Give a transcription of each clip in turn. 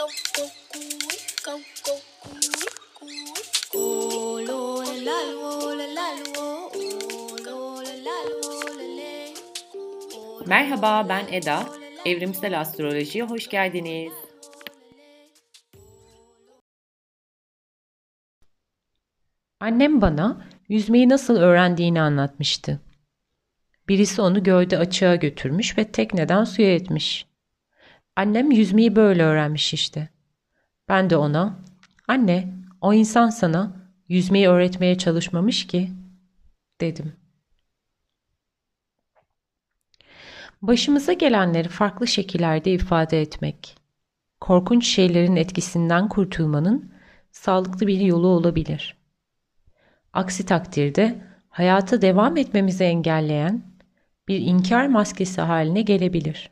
Merhaba, ben Eda. Evrimsel Astroloji'ye hoş geldiniz. Annem bana yüzmeyi nasıl öğrendiğini anlatmıştı. Birisi onu gölde açığa götürmüş ve tekneden suya etmiş. Annem yüzmeyi böyle öğrenmiş işte. Ben de ona, "Anne, o insan sana yüzmeyi öğretmeye çalışmamış ki," dedim. Başımıza gelenleri farklı şekillerde ifade etmek, korkunç şeylerin etkisinden kurtulmanın sağlıklı bir yolu olabilir. Aksi takdirde hayata devam etmemizi engelleyen bir inkar maskesi haline gelebilir.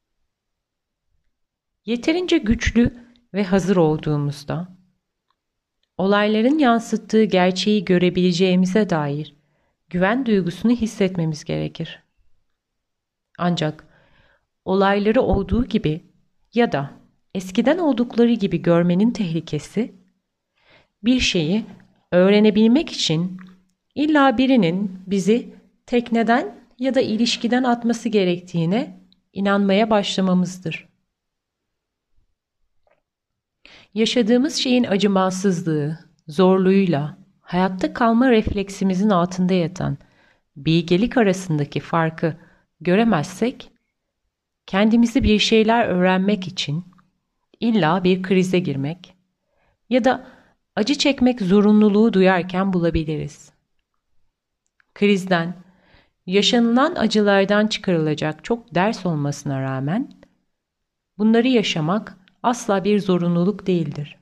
Yeterince güçlü ve hazır olduğumuzda, olayların yansıttığı gerçeği görebileceğimize dair güven duygusunu hissetmemiz gerekir. Ancak olayları olduğu gibi ya da eskiden oldukları gibi görmenin tehlikesi, bir şeyi öğrenebilmek için illa birinin bizi tekneden ya da ilişkiden atması gerektiğine inanmaya başlamamızdır. Yaşadığımız şeyin acımasızlığı, zorluğuyla hayatta kalma refleksimizin altında yatan bilgelik arasındaki farkı göremezsek, kendimizi bir şeyler öğrenmek için illa bir krize girmek ya da acı çekmek zorunluluğu duyarken bulabiliriz. Krizden, yaşanılan acılardan çıkarılacak çok ders olmasına rağmen, bunları yaşamak asla bir zorunluluk değildir.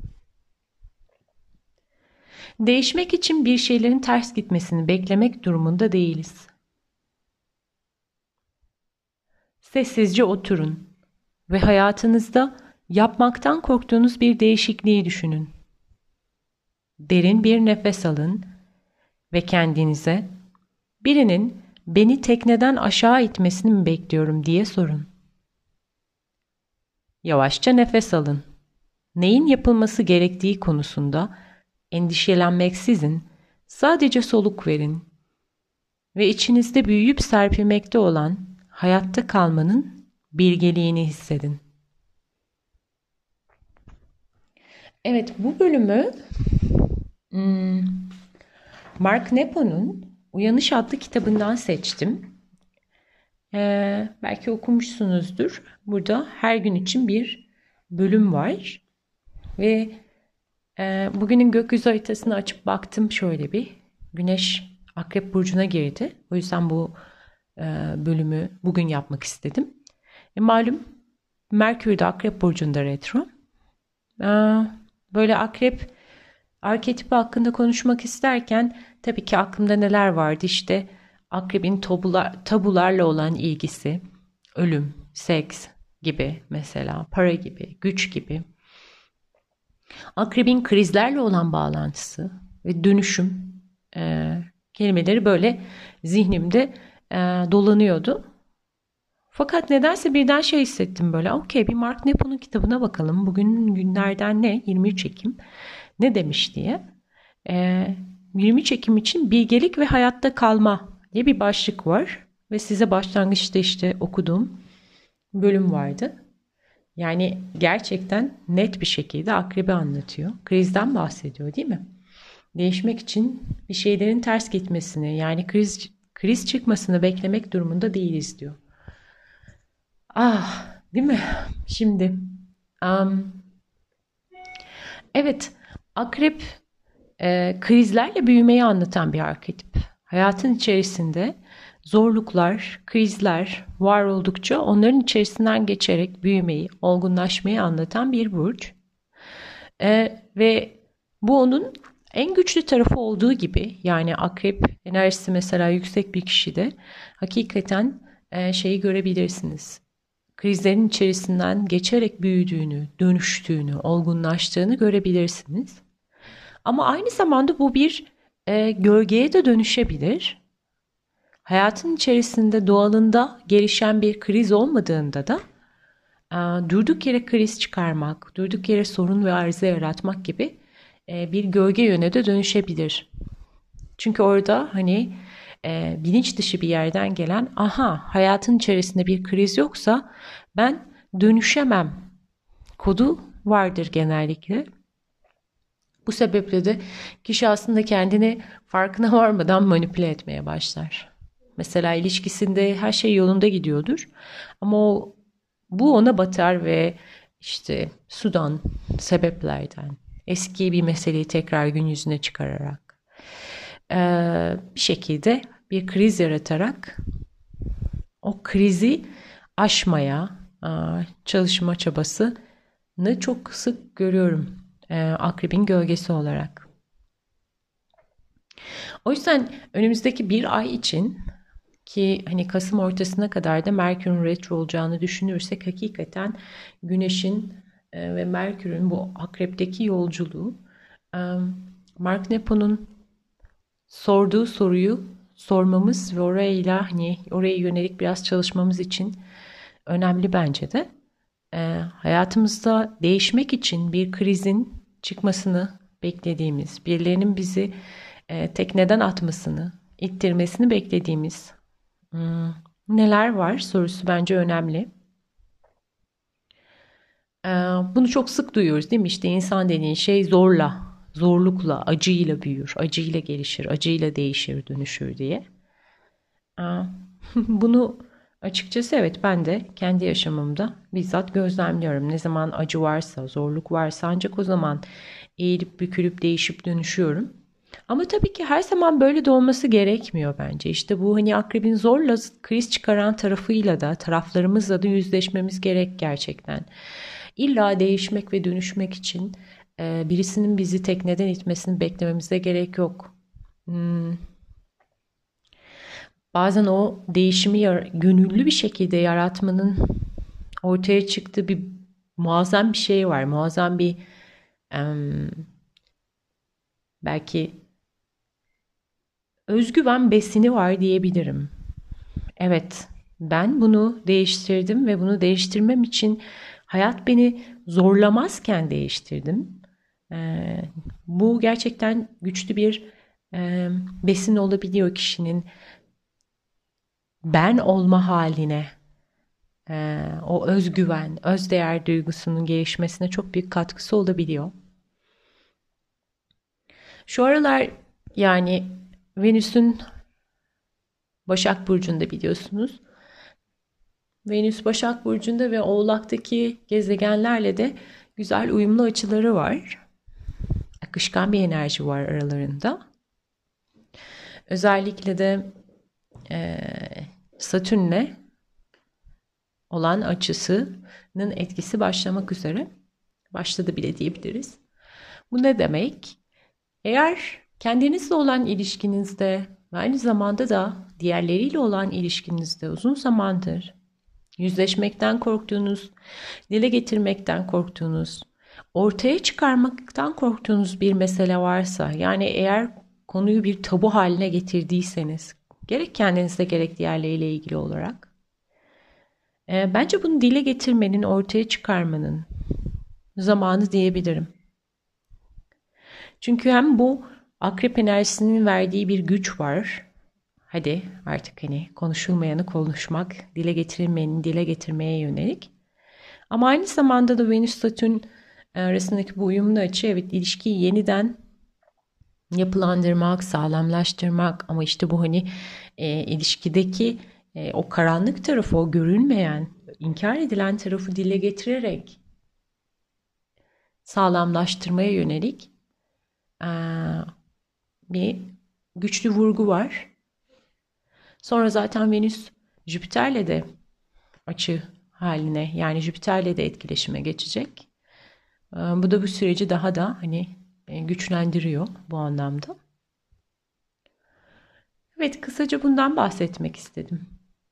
Değişmek için bir şeylerin ters gitmesini beklemek durumunda değiliz. Sessizce oturun ve hayatınızda yapmaktan korktuğunuz bir değişikliği düşünün. Derin bir nefes alın ve kendinize, birinin beni tekneden aşağı itmesini mi bekliyorum diye sorun. Yavaşça nefes alın. Neyin yapılması gerektiği konusunda endişelenmeksizin sadece soluk verin ve içinizde büyüyüp serpilmekte olan hayatta kalmanın bilgeliğini hissedin. Evet, bu bölümü Mark Nepo'nun Uyanış adlı kitabından seçtim. Belki okumuşsunuzdur. Burada her gün için bir bölüm var. Ve bugünün gökyüzü haritasını açıp baktım şöyle bir. Güneş Akrep Burcu'na girdi. O yüzden bu bölümü bugün yapmak istedim. Malum Merkür de Akrep Burcu'nda retro. Böyle Akrep arketipi hakkında konuşmak isterken tabii ki aklımda neler vardı işte Akrebin tabularla olan ilgisi, ölüm, seks gibi mesela, para gibi, güç gibi. Akrebin krizlerle olan bağlantısı ve dönüşüm kelimeleri böyle zihnimde dolanıyordu. Fakat nedense birden şey hissettim böyle. Okey, bir Mark Nepo'nun kitabına bakalım. Bugün günlerden ne? 23 Ekim. Ne demiş diye. 23 Ekim için bilgelik ve hayatta kalma diye bir başlık var. Ve size başlangıçta işte okuduğum bölüm vardı. Yani gerçekten net bir şekilde akrebi anlatıyor. Krizden bahsediyor değil mi? Değişmek için bir şeylerin ters gitmesini, yani kriz çıkmasını beklemek durumunda değiliz diyor. Değil mi? Şimdi evet, akrep krizlerle büyümeyi anlatan bir arketip. Hayatın içerisinde zorluklar, krizler var oldukça onların içerisinden geçerek büyümeyi, olgunlaşmayı anlatan bir burç. Ve bu onun en güçlü tarafı olduğu gibi, yani akrep enerjisi mesela yüksek bir kişide hakikaten şeyi görebilirsiniz. Krizlerin içerisinden geçerek büyüdüğünü, dönüştüğünü, olgunlaştığını görebilirsiniz. Ama aynı zamanda bu bir gölgeye de dönüşebilir. Hayatın içerisinde doğalında gelişen bir kriz olmadığında da Durduk yere kriz çıkarmak, durduk yere sorun ve arıza yaratmak gibi bir gölge yöne de dönüşebilir. Çünkü orada hani bilinç dışı bir yerden gelen, aha hayatın içerisinde bir kriz yoksa ben dönüşemem kodu vardır genellikle. Bu sebeple de kişi aslında kendini farkına varmadan manipüle etmeye başlar. Mesela ilişkisinde her şey yolunda gidiyordur ama bu ona batar ve işte sudan, sebeplerden, eski bir meseleyi tekrar gün yüzüne çıkararak bir şekilde bir kriz yaratarak o krizi aşmaya çalışma çabasını çok sık görüyorum akrebin gölgesi olarak. O yüzden önümüzdeki bir ay için ki hani Kasım ortasına kadar da Merkür'ün retro olacağını düşünürsek hakikaten Güneş'in ve Merkür'ün bu akrepteki yolculuğu Mark Nepo'nun sorduğu soruyu sormamız ve oraya yönelik biraz çalışmamız için önemli bence de. Hayatımızda değişmek için bir krizin çıkmasını beklediğimiz, birilerinin bizi tekneden atmasını, ittirmesini beklediğimiz neler var sorusu bence önemli. Bunu çok sık duyuyoruz değil mi? İşte insan dediğin şey zorlukla, acıyla büyür, acıyla gelişir, acıyla değişir, dönüşür diye. Bunu açıkçası evet ben de kendi yaşamımda bizzat gözlemliyorum. Ne zaman acı varsa, zorluk varsa ancak o zaman eğilip bükülüp değişip dönüşüyorum. Ama tabii ki her zaman böyle de olması gerekmiyor bence. İşte bu hani akrebin zorla kriz çıkaran taraflarımızla da yüzleşmemiz gerek gerçekten. İlla değişmek ve dönüşmek için birisinin bizi tekneden itmesini beklememize gerek yok. Bazen o değişimi gönüllü bir şekilde yaratmanın ortaya çıktığı bir muazzam bir şey var. Muazzam bir belki özgüven besini var diyebilirim. Evet, ben bunu değiştirdim ve bunu değiştirmem için hayat beni zorlamazken değiştirdim. Bu gerçekten güçlü bir besin olabiliyor kişinin ben olma haline, o özgüven, özdeğer duygusunun gelişmesine çok büyük katkısı olabiliyor. Şu aralar yani Venüs'ün Başak Burcu'nda biliyorsunuz. Venüs Başak Burcu'nda ve Oğlak'taki gezegenlerle de güzel uyumlu açıları var. Akışkan bir enerji var aralarında. Özellikle de Satürn'le olan açısının etkisi başlamak üzere. Başladı bile diyebiliriz. Bu ne demek? Eğer kendinizle olan ilişkinizde ve aynı zamanda da diğerleriyle olan ilişkinizde uzun zamandır yüzleşmekten korktuğunuz, dile getirmekten korktuğunuz, ortaya çıkarmaktan korktuğunuz bir mesele varsa, yani eğer konuyu bir tabu haline getirdiyseniz, gerek kendinizle gerek diğerleriyle ilgili olarak, bence bunu dile getirmenin, ortaya çıkarmanın zamanı diyebilirim. Çünkü hem bu akrep enerjisinin verdiği bir güç var. Hadi artık hani konuşulmayanı konuşmak, dile getirilmeyeni dile getirmeye yönelik. Ama aynı zamanda da Venüs-Satürn arasındaki bu uyumlu açı evet ilişkiyi yeniden yapılandırmak, sağlamlaştırmak ama işte bu hani ilişkideki o karanlık tarafı, o görülmeyen, inkar edilen tarafı dile getirerek sağlamlaştırmaya yönelik bir güçlü vurgu var. Sonra zaten Venüs Jüpiter'le de açı haline yani Jüpiter'le de etkileşime geçecek. Bu da bu süreci daha da hani güçlendiriyor bu anlamda. Evet kısaca bundan bahsetmek istedim.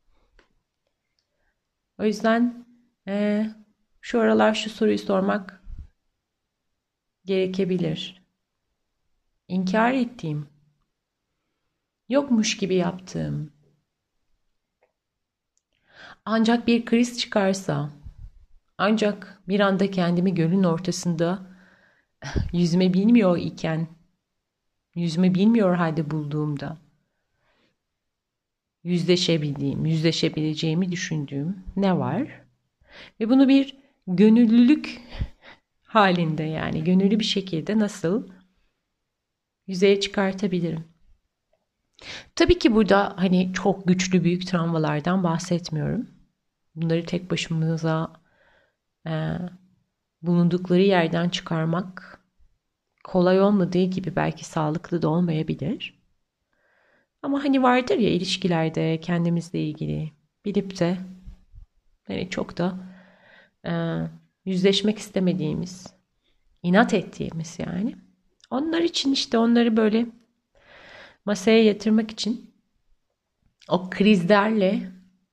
O yüzden şu aralar şu soruyu sormak gerekebilir. İnkar ettiğim, yokmuş gibi yaptığım, ancak bir kriz çıkarsa Ancak bir anda kendimi gölün ortasında yüzme bilmiyor iken, yüzme bilmiyor halde bulduğumda, yüzleşebileceğimi düşündüğüm ne var? Ve bunu bir gönüllülük halinde, yani gönüllü bir şekilde nasıl yüzeye çıkartabilirim? Tabii ki burada hani çok güçlü büyük travmalardan bahsetmiyorum. Bunları tek başımıza e, bulundukları yerden çıkarmak kolay olmadığı gibi belki sağlıklı da olmayabilir. Ama hani vardır ya, ilişkilerde kendimizle ilgili bilip de hani çok da e, yüzleşmek istemediğimiz, inat ettiğimiz yani. Onlar için işte, onları böyle masaya yatırmak için o krizlerle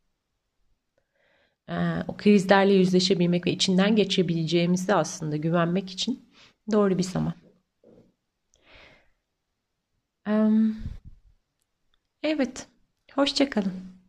o krizlerle yüzleşebilmek ve içinden geçebileceğimizi aslında güvenmek için doğru bir zaman. Evet, hoşça kalın.